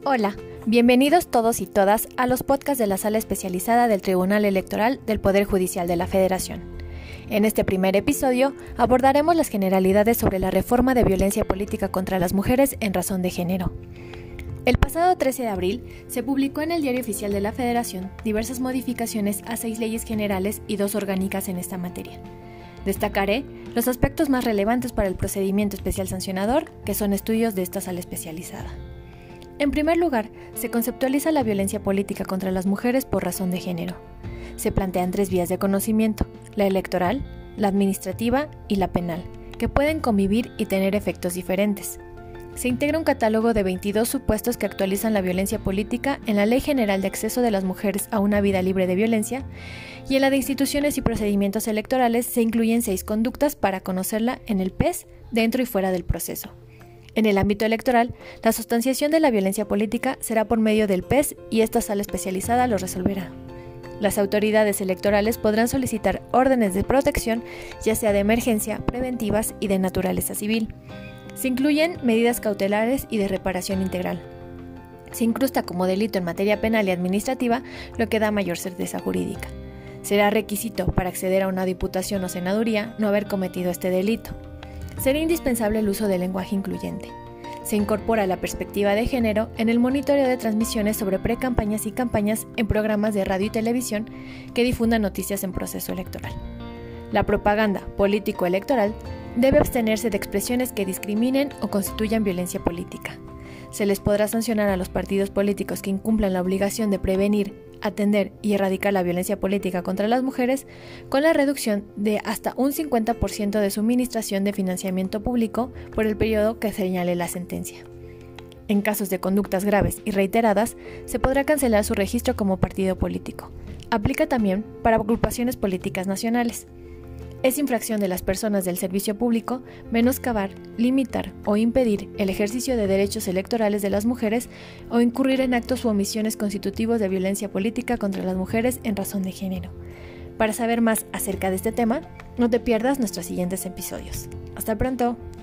Hola, bienvenidos todos y todas a los podcasts de la Sala Especializada del Tribunal Electoral del Poder Judicial de la Federación. En este primer episodio abordaremos las generalidades sobre la reforma de violencia política contra las mujeres en razón de género. El pasado 13 de abril se publicó en el Diario Oficial de la Federación diversas modificaciones a 6 leyes generales y 2 orgánicas en esta materia. Destacaré los aspectos más relevantes para el procedimiento especial sancionador, que son estudios de esta sala especializada. En primer lugar, se conceptualiza la violencia política contra las mujeres por razón de género. Se plantean 3 vías de conocimiento, la electoral, la administrativa y la penal, que pueden convivir y tener efectos diferentes. Se integra un catálogo de 22 supuestos que actualizan la violencia política en la Ley General de Acceso de las Mujeres a una Vida Libre de Violencia, y en la de Instituciones y Procedimientos Electorales se incluyen 6 conductas para conocerla en el PES, dentro y fuera del proceso. En el ámbito electoral, la sustanciación de la violencia política será por medio del PES y esta sala especializada lo resolverá. Las autoridades electorales podrán solicitar órdenes de protección, ya sea de emergencia, preventivas y de naturaleza civil. Se incluyen medidas cautelares y de reparación integral. Se incrusta como delito en materia penal y administrativa, lo que da mayor certeza jurídica. Será requisito para acceder a una diputación o senaduría no haber cometido este delito. Será indispensable el uso del lenguaje incluyente. Se incorpora la perspectiva de género en el monitoreo de transmisiones sobre precampañas y campañas en programas de radio y televisión que difundan noticias en proceso electoral. La propaganda político-electoral debe abstenerse de expresiones que discriminen o constituyan violencia política. Se les podrá sancionar a los partidos políticos que incumplan la obligación de prevenir, atender y erradicar la violencia política contra las mujeres con la reducción de hasta un 50% de suministración de financiamiento público por el periodo que señale la sentencia. En casos de conductas graves y reiteradas, se podrá cancelar su registro como partido político. Aplica también para agrupaciones políticas nacionales. Es infracción de las personas del servicio público menoscabar, limitar o impedir el ejercicio de derechos electorales de las mujeres o incurrir en actos u omisiones constitutivos de violencia política contra las mujeres en razón de género. Para saber más acerca de este tema, no te pierdas nuestros siguientes episodios. ¡Hasta pronto!